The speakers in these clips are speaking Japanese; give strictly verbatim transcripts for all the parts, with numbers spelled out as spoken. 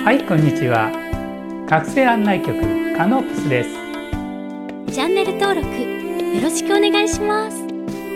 はい、こんにちは。覚醒案内局カノープスです。 チャンネル登録よろしくお願いします。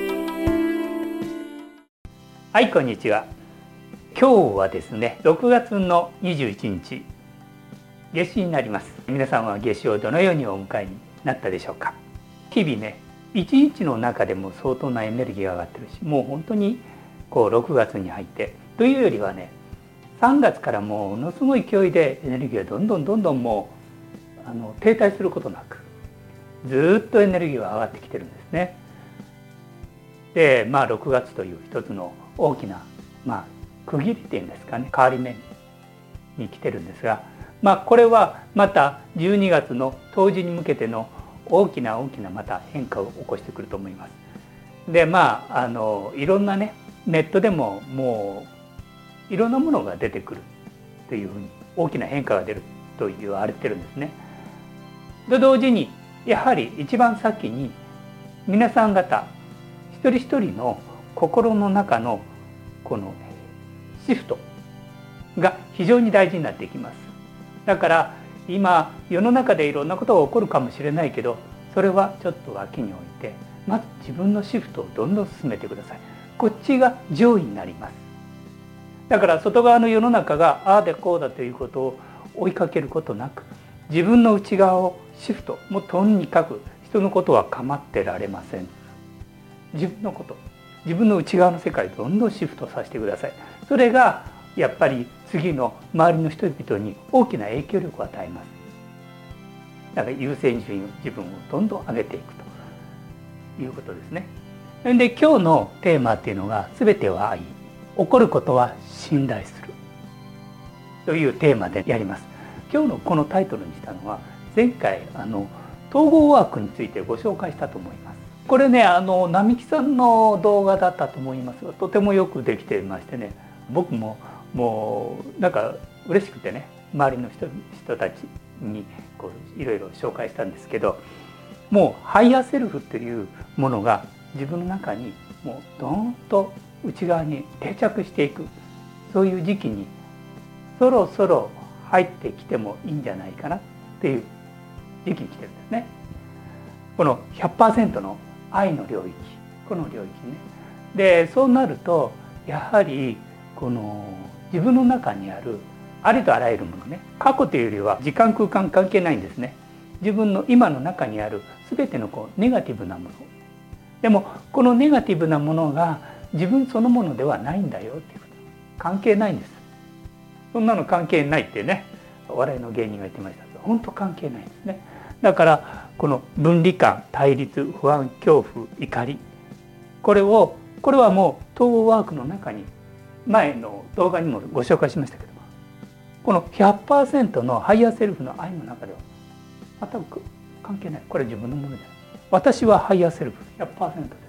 はい、こんにちは。今日はですね、ろくがつのにじゅういちにち、夏至になります。皆さんは夏至をどのようにお迎えになったでしょうか。日々ね、一日の中でも相当なエネルギーが上がってるし、もう本当にこうろくがつに入ってというよりはね、さんがつからものすごい勢いでエネルギーがどんどんどんどんもうあの停滞することなくずっとエネルギーが上がってきてるんですね。で、まあろくがつという一つの大きな、まあ、区切りっていうんですかね、変わり目に来てるんですが、まあこれはまたじゅうにがつの冬至に向けての大きな大きなまた変化を起こしてくると思います。で、まああのいろんなね、ネットでももういろんなものが出てくるというふうに大きな変化が出ると言われてるんですね。と同時にやはり一番先に皆さん方一人一人の心の中のこのシフトが非常に大事になってきます。だから今世の中でいろんなことが起こるかもしれないけど、それはちょっと脇に置いて、まず自分のシフトをどんどん進めてください。こっちが上位になります。だから外側の世の中がああでこうだということを追いかけることなく、自分の内側をシフト、もうとにかく人のことは構ってられません。自分のこと、自分の内側の世界をどんどんシフトさせてください。それがやっぱり次の周りの人々に大きな影響力を与えます。だから優先順位を自分をどんどん上げていくということですね。で、今日のテーマっていうのが全ては愛、起こることは信頼するというテーマでやります。今日のこのタイトルにしたのは、前回あの統合ワークについてご紹介したと思います。これね、あの並木さんの動画だったと思いますが、とてもよくできていましてね、僕ももうなんか嬉しくてね、周りの 人, 人たちにこういろいろ紹介したんですけど、もうハイヤーセルフというものが自分の中にもうドーンと内側に定着していく、そういう時期にそろそろ入ってきてもいいんじゃないかなっていう時期に来てるんですね。この ひゃくパーセント の愛の領域、この領域ね。で、そうなるとやはりこの自分の中にあるありとあらゆるものね、過去というよりは時間空間関係ないんですね。自分の今の中にある全てのこうネガティブなもの、でもこのネガティブなものが自分そのものではないんだよっていうこと、関係ないんです。そんなの関係ないってね、お笑いの芸人が言ってましたけど、本当関係ないんですね。だからこの分離感、対立、不安、恐怖、怒り、これをこれはもう統合ワークの中に前の動画にもご紹介しましたけど、この ひゃくパーセント のハイヤーセルフの愛の中では全く関係ない。これ自分のものじゃない。私はハイヤーセルフ ひゃくパーセント です。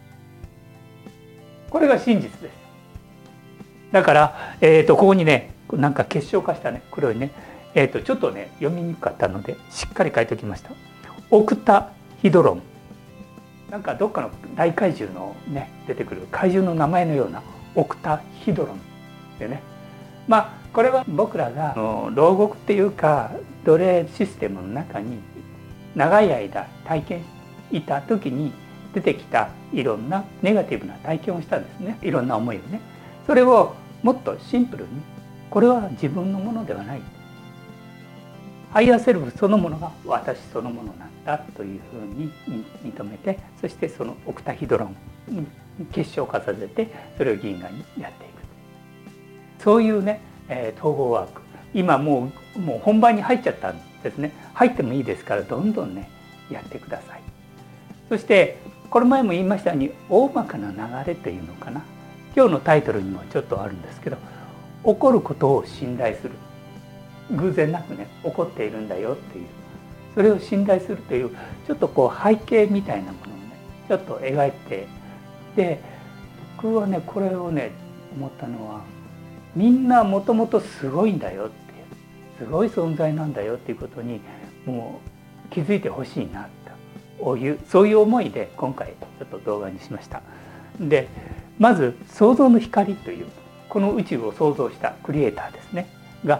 これが真実です。だから、えー、とここにね、なんか結晶化したね、黒いね、えー、とちょっとね読みにくかったのでしっかり書いておきました。オクタヒドロン、なんかどっかの大怪獣のね出てくる怪獣の名前のようなオクタヒドロンでね、まあこれは僕らが牢獄っていうか奴隷システムの中に長い間体験いた時に出てきたいろんなネガティブな体験をしたんですね。いろんな思いをね。それをもっとシンプルに、これは自分のものではない、ハイヤーセルフそのものが私そのものなんだというふうに認めて、そしてそのオクタヒドロンに結晶化させて、それを銀河にやっていく、そういうね、えー、統合ワーク、今もうもう本番に入っちゃったんですね。入ってもいいですから、どんどんねやってください。そしてこれ前も言いましたように、大まかな流れというのかな、今日のタイトルにもちょっとあるんですけど、起こることを信頼する、偶然なくね起こっているんだよっていう、それを信頼するというちょっとこう背景みたいなものをねちょっと描いて、で僕はねこれをね思ったのは、みんなもともとすごいんだよっていう、すごい存在なんだよっていうことにもう気づいてほしいなという、そういう思いで今回ちょっと動画にしました。で、まず創造の光というこの宇宙を創造したクリエイターですねが、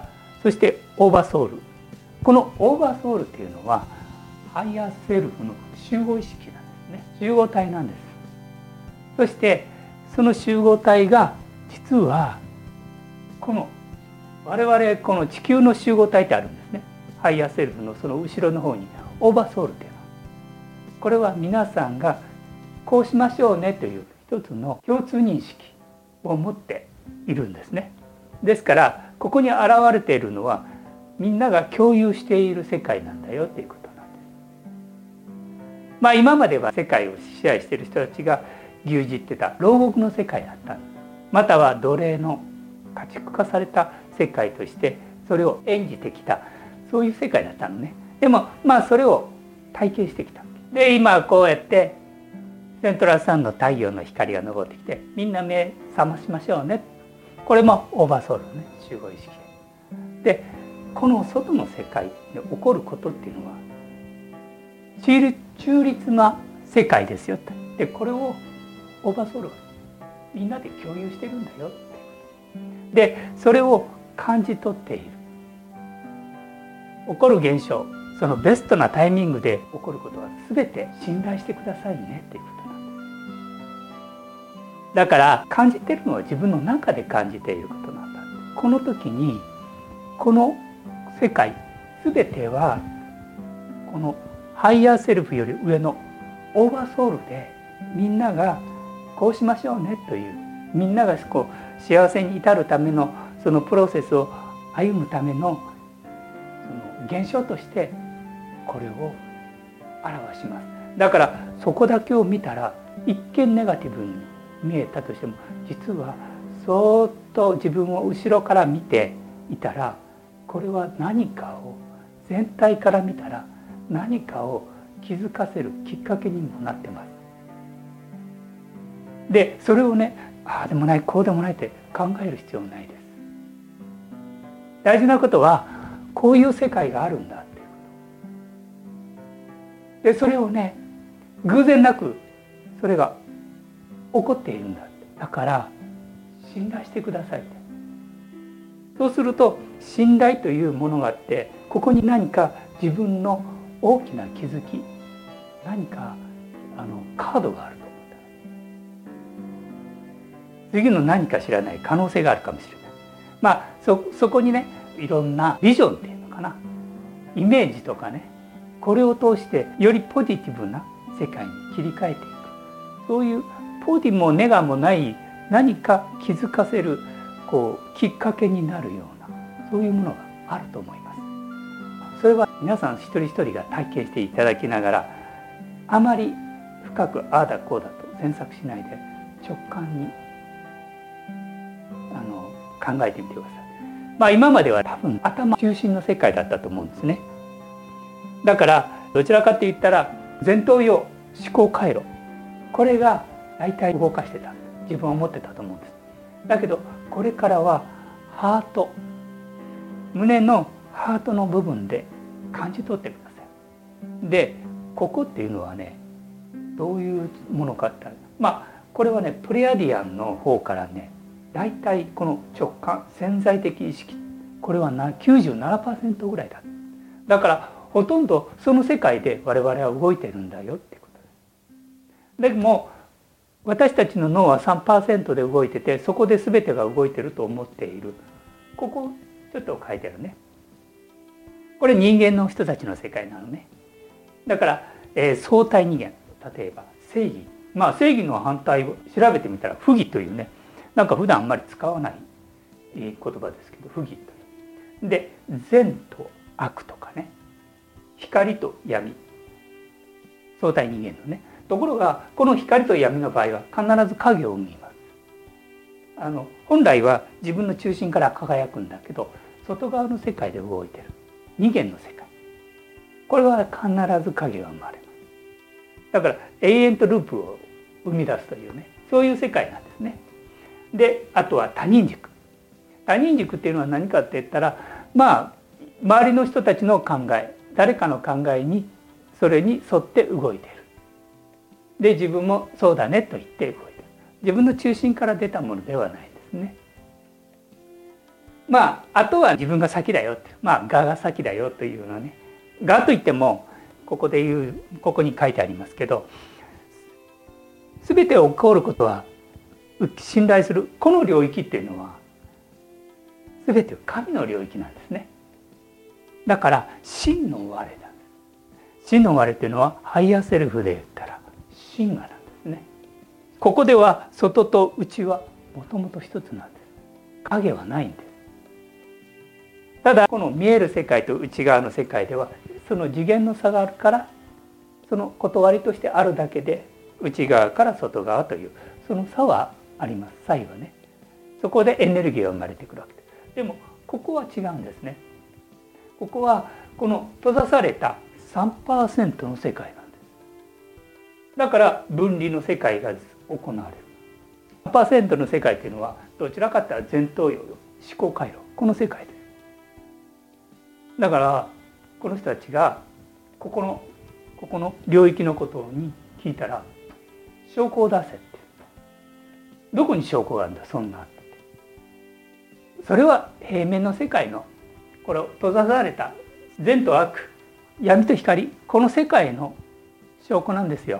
そしてオーバーソウル。このオーバーソウルっていうのはハイヤーセルフの集合意識なんですね。集合体なんです。そしてその集合体が実はこの我々この地球の集合体ってあるんですね。ハイヤーセルフのその後ろの方にオーバーソウルっていうのは、これは皆さんがこうしましょうねという一つの共通認識を持っているんですね。ですからここに現れているのはみんなが共有している世界なんだよということなんです。まあ今までは世界を支配している人たちが牛耳ってた牢獄の世界だった、または奴隷の家畜化された世界としてそれを演じてきた、そういう世界だったのね。でもまあそれを体験してきた。で今こうやってセントラルサンの太陽の光が昇ってきてみんな目覚ましましょうね。これもオーバーソウルのね集合意識で、でこの外の世界で起こることっていうのは中立な世界ですよって。でこれをオーバーソウルはみんなで共有してるんだよって。でそれを感じ取っている。起こる現象、そのベストなタイミングで起こることは全て信頼してくださいねっていうことなんです。だから感じているのは自分の中で感じていることなんだ。この時にこの世界全てはこのハイヤーセルフより上のオーバーソウルでみんながこうしましょうねという、みんながこう幸せに至るためのそのプロセスを歩むためのその現象としてこれを表します。だからそこだけを見たら一見ネガティブに見えたとしても、実はそーっと自分を後ろから見ていたらこれは何かを全体から見たら何かを気づかせるきっかけにもなってます。でそれをね、ああでもないこうでもないって考える必要ないです。大事なことはこういう世界があるんだっていうことで、それをね偶然なくそれが起こっているんだって。だから信頼してくださいって。そうすると信頼というものがあって、ここに何か自分の大きな気づき、何かあのカードがあると思ったら次の何か知らない可能性があるかもしれない。まあ そ, そこにねいろんなビジョンっていうのかな、イメージとかね、これを通してよりポジティブな世界に切り替えていく、そういうポジもネガもない何か気づかせるこうきっかけになるような、そういうものがあると思います。それは皆さん一人一人が体験していただきながら、あまり深くああだこうだと詮索しないで直感にあの考えてみてください。まあ今までは多分頭中心の世界だったと思うんですね。だからどちらかって言ったら前頭葉思考回路、これが大体動かしてた、自分は思ってたと思うんです。だけどこれからはハート、胸のハートの部分で感じ取ってください。でここっていうのはねどういうものかって、まあこれはねプレアディアンの方からね大体この直感、潜在的意識、これは きゅうじゅうななパーセント ぐらいだ。だからほとんどその世界で我々は動いてるんだよっていうことです。でも私たちの脳は さんパーセント で動いてて、そこで全てが動いてると思っている。ここちょっと書いてあるね。これ人間の人たちの世界なのね。だから、えー、相対二元、例えば正義、まあ正義の反対を調べてみたら不義というね、なんか普段あんまり使わない言葉ですけど、不義という。で善と悪とかね、光と闇、相対二元のね。ところがこの光と闇の場合は必ず影を生みます。あの本来は自分の中心から輝くんだけど、外側の世界で動いてる二元の世界、これは必ず影が生まれます。だから永遠とループを生み出すというね、そういう世界なんですね。であとは他人軸。他人軸っていうのは何かって言ったら、まあ周りの人たちの考え、誰かの考えにそれに沿って動いている。で自分もそうだねと言って動いている。自分の中心から出たものではないですね。 まああとは自分が先だよって、まあ我が先だよというのはね、我といってもここで言う、ここに書いてありますけど、全て起こることは信頼するこの領域っていうのは全て神の領域なんですね。だから真の我なんです。真の我っていうのはハイヤーセルフで言ったら真我なんですね。ここでは外と内はもともと一つなんです。影はないんです。ただこの見える世界と内側の世界ではその次元の差があるから、その断りとしてあるだけで内側から外側というその差はあります。差異はね、そこでエネルギーが生まれてくるわけです。でもここは違うんですね。ここはこの閉ざされた さんパーセント の世界なんです。だから分離の世界が行われる。 さんパーセント の世界というのはどちらかというと前頭葉、思考回路、この世界です。だからこの人たちがここのここの領域のことに聞いたら証拠を出せって。どこに証拠があるんだそんなって。それは平面の世界のこれを閉ざされた善と悪、闇と光、この世界の証拠なんですよ。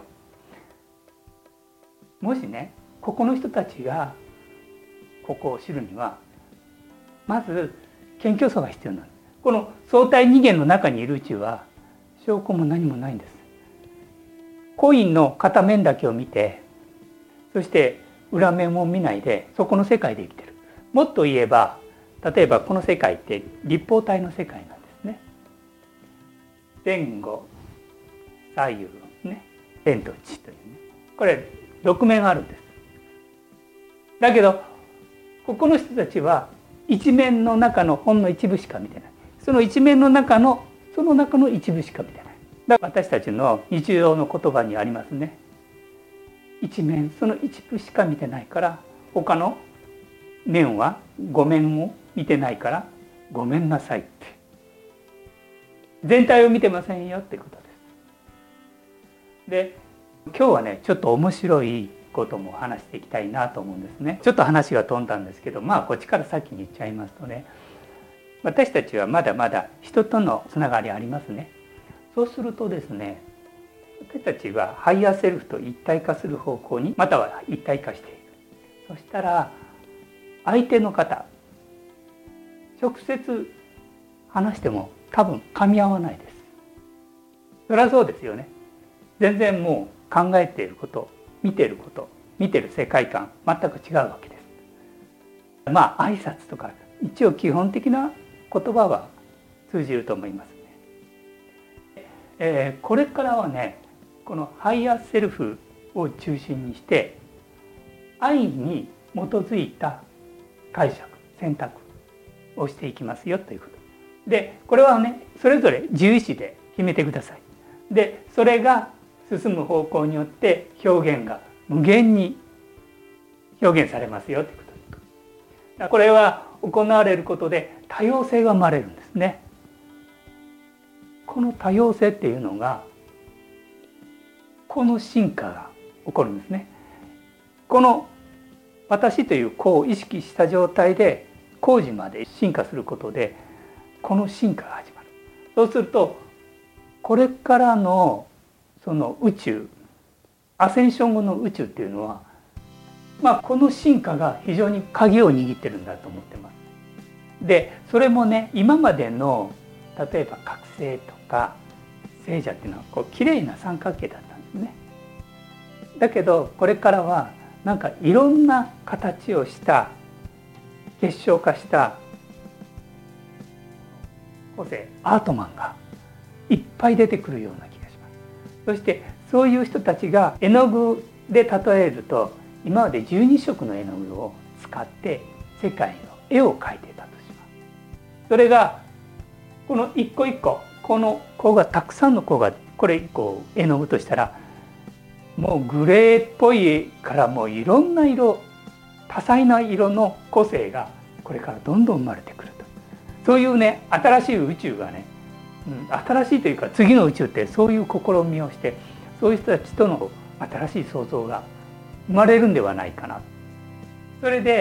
もしねここの人たちがここを知るにはまず謙虚さが必要なんです。この相対二元の中にいるうちは証拠も何もないんです。コインの片面だけを見て、そして裏面を見ないでそこの世界で生きてる。もっと言えば例えばこの世界って立方体の世界なんですね。前後左右ね、天と地というね、これろく面あるんです。だけどここの人たちは一面の中のほんの一部しか見てない。その一面の中のその中の一部しか見てない。だから私たちの日常の言葉にありますね。一面、その一部しか見てないから他の面はご面を見てないからごめんなさいって、全体を見てませんよってことです。で今日はねちょっと面白いことも話していきたいなと思うんですね。ちょっと話が飛んだんですけど、まあこっちから先に言っちゃいますとね、私たちはまだまだ人とのつながりありますね。そうするとですね、私たちはハイヤーセルフと一体化する方向にまたは一体化している。そしたら相手の方直接話しても多分噛み合わないです。そりゃそうですよね。全然もう考えていること、見ていること、見ている世界観全く違うわけです。まあ挨拶とか一応基本的な言葉は通じると思いますね。えー、これからはねこのハイヤーセルフを中心にして愛に基づいた解釈選択をしていきますよということで、これはねそれぞれ自由意志で決めてください。でそれが進む方向によって表現が無限に表現されますよということです。これは行われることで多様性が生まれるんですね。この多様性っていうのがこの進化が起こるんですね。この私という個を意識した状態で工事まで進化することでこの進化が始まる。そうするとこれからのその宇宙アセンション後の宇宙っていうのは、まあ、この進化が非常に鍵を握ってるんだと思ってます。でそれもね今までの例えば覚醒とか聖者っていうのはこう綺麗な三角形だったんですね。だけどこれからはなんかいろんな形をした結晶化した個性アートマンがいっぱい出てくるような気がします。そしてそういう人たちが絵の具で例えると今までじゅうに色の絵の具を使って世界の絵を描いていたとします。それがこの一個一個この子がたくさんの子がこれ一個絵の具としたらもうグレーっぽいからもういろんな色多彩な色の個性がこれからどんどん生まれてくると、そういうね新しい宇宙がね、うん、新しいというか次の宇宙ってそういう試みをしてそういう人たちとの新しい創造が生まれるんではないかな。それで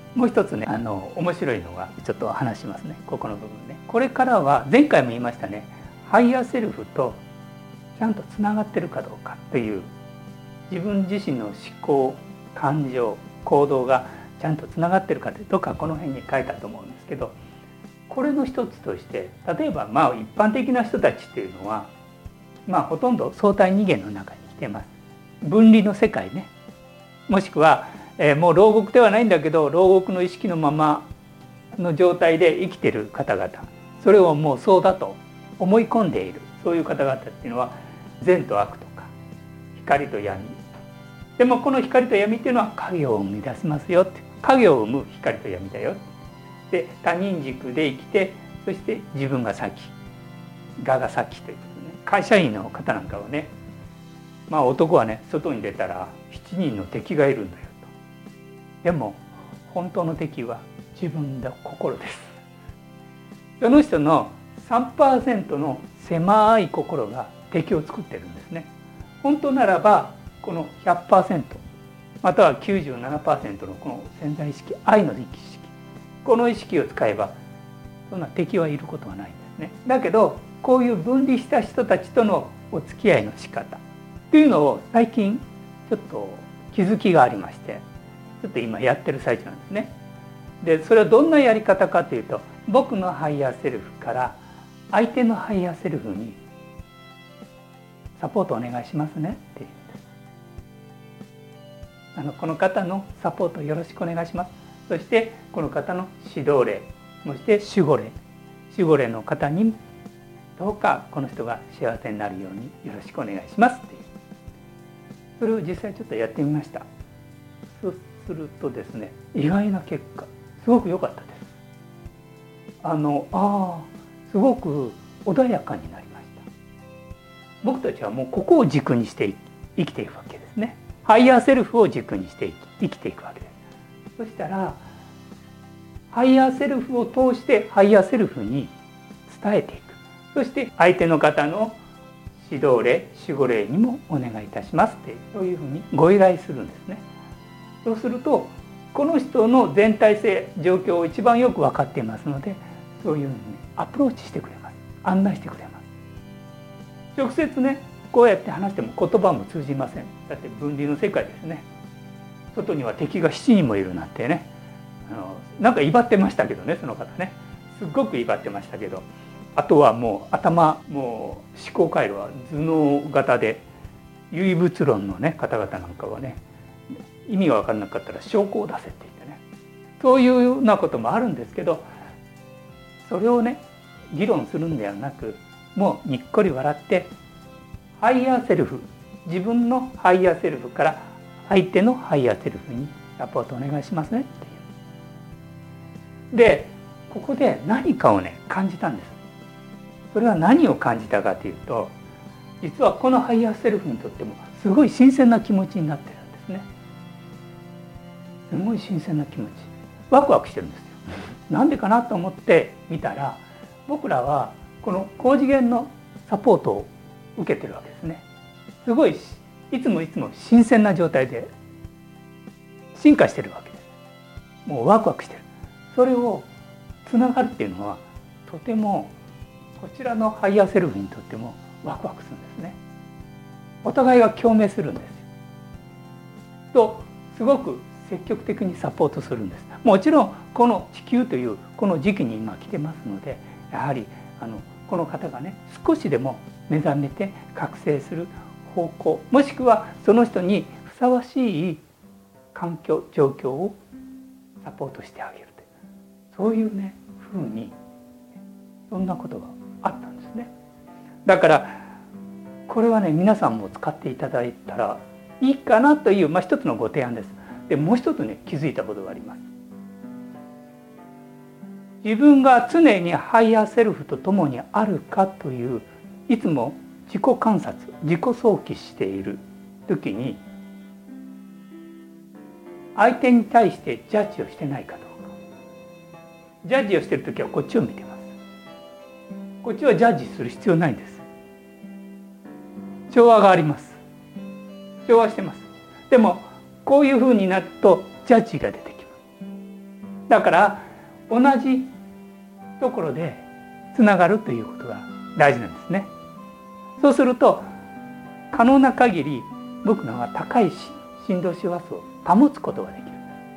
もう一つね、あの面白いのがちょっと話しますね。ここの部分ね。これからは前回も言いましたね。ハイヤーセルフとちゃんとつながってるかどうかという、自分自身の思考、感情、行動がちゃんとつながってるかってどっかこの辺に書いたと思うんですけど、これの一つとして、例えばまあ一般的な人たちっていうのは、まあほとんど相対二元の中に来てます。分離の世界ね。もしくは、えー、もう牢獄ではないんだけど牢獄の意識のままの状態で生きている方々、それをもうそうだと思い込んでいる、そういう方々っていうのは善と悪とか光と闇、でもこの光と闇っていうのは影を生み出しますよって、影を生む光と闇だよで、他人軸で生きて、そして自分が先、我が先ということね。会社員の方なんかはね、まあ男はね、外に出たらしちにんの敵がいるんだよと。でも本当の敵は自分の心です。その人の さんパーセント の狭い心が敵を作ってるんですね。本当ならばこの ひゃくパーセント または きゅうじゅうななパーセント のこの潜在意識、愛の意識、この意識を使えばそんな敵はいることはないんですね。だけどこういう分離した人たちとのお付き合いの仕方っていうのを最近ちょっと気づきがありまして、ちょっと今やってる最中なんですね。でそれはどんなやり方かというと、僕のハイヤーセルフから相手のハイヤーセルフにサポートお願いしますねって言うんです。あのこの方のサポートよろしくお願いします。そしてこの方の指導霊、そして守護霊、守護霊の方にどうかこの人が幸せになるようによろしくお願いしますっていう、それを実際ちょっとやってみました。そうするとですね、意外な結果すごく良かったです。あのああすごく穏やかになりました。僕たちはもうここを軸にして生きていくわけですね。ハイヤーセルフを軸にして生きていくわけです。そしたらハイヤーセルフを通してハイヤーセルフに伝えていく。そして相手の方の指導霊、守護霊にもお願いいたしますってそういうふうにご依頼するんですね。そうするとこの人の全体性、状況を一番よく分かっていますので、そういうふうにアプローチしてくれます。案内してくれます。直接ねこうやって話しても言葉も通じません。だって分離の世界ですね。外には敵がしちにんもいるなんてね、あのなんか威張ってましたけどね、その方ねすっごく威張ってましたけど、あとはもう頭、もう思考回路は頭脳型で、唯物論のね方々なんかはね、意味が分からなかったら証拠を出せって言ってね、そういうようなこともあるんですけど、それをね議論するんではなく、もうにっこり笑ってハイヤーセルフ、自分のハイヤーセルフから相手のハイヤーセルフにサポートお願いしますねっていう。でここで何かをね感じたんです。それは何を感じたかというと、実はこのハイヤーセルフにとってもすごい新鮮な気持ちになってるんですね。すごい新鮮な気持ち、ワクワクしてるんですよ。なんでかなと思って見たら、僕らはこの高次元のサポートを受けてるわけですね。すごいいつもいつも新鮮な状態で進化してるわけです。もうワクワクしてる。それをつながるっていうのはとてもこちらのハイヤーセルフにとってもワクワクするんですね。お互いが共鳴するんですよ。とすごく積極的にサポートするんです。もちろんこの地球というこの時期に今来てますので、やはりあのこの方がね少しでも目覚めて覚醒する方向、もしくはその人にふさわしい環境状況をサポートしてあげるという、そういうね風にそんなことがあったんですね。だからこれはね皆さんも使っていただいたらいいかなという、まあ、一つのご提案です。でもう一つね気づいたことがあります。自分が常にハイヤーセルフと共にあるかという、いつも自己観察、自己想起している時に相手に対してジャッジをしてないかどうか。ジャッジをしている時はこっちを見てます。こっちはジャッジする必要ないんです。調和があります。調和してます。でもこういうふうになるとジャッジが出てきます。 だから同じところでつながるということが大事なんですね。そうすると可能な限り僕らは高い振動周波数を保つことができ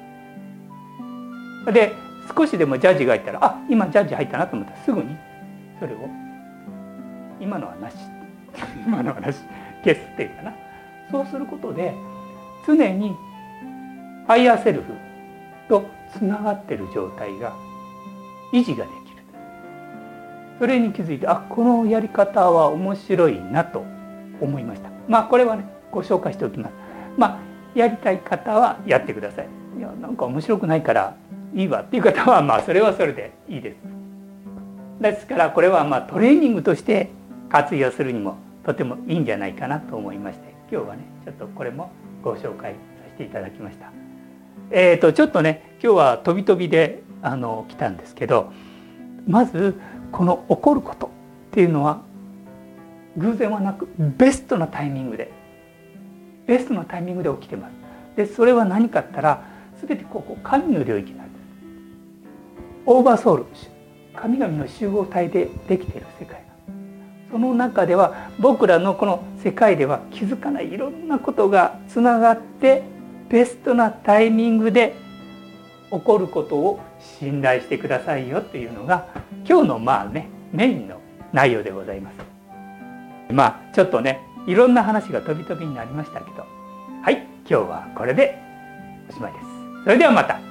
る。で少しでもジャッジが入ったら、あ、今ジャッジ入ったなと思ったらすぐにそれを今のはなし今のはなし消すっていうかな。そうすることで常にハイヤーセルフとつながっている状態が維持ができる。それに気づいて、あ、このやり方は面白いなと思いました。まあこれはねご紹介しておきます。まあやりたい方はやってください。いやなんか面白くないからいいわっていう方はまあそれはそれでいいです。ですからこれはまあトレーニングとして活用するにもとてもいいんじゃないかなと思いまして、今日はねちょっとこれもご紹介させていただきました。えーとちょっとね今日は飛び飛びであの来たんですけど、まずこの起こることっていうのは偶然はなくベストなタイミングでベストなタイミングで起きてます。でそれは何かって言ったら全てここ神の領域なんです。オーバーソウル、神々の集合体でできている世界。その中では僕らのこの世界では気づかないいろんなことがつながってベストなタイミングで起こることを信頼してくださいよっていうのが今日のまあねメインの内容でございます。まあちょっとねいろんな話が飛び飛びになりましたけど、はい、今日はこれでおしまいです。それではまた。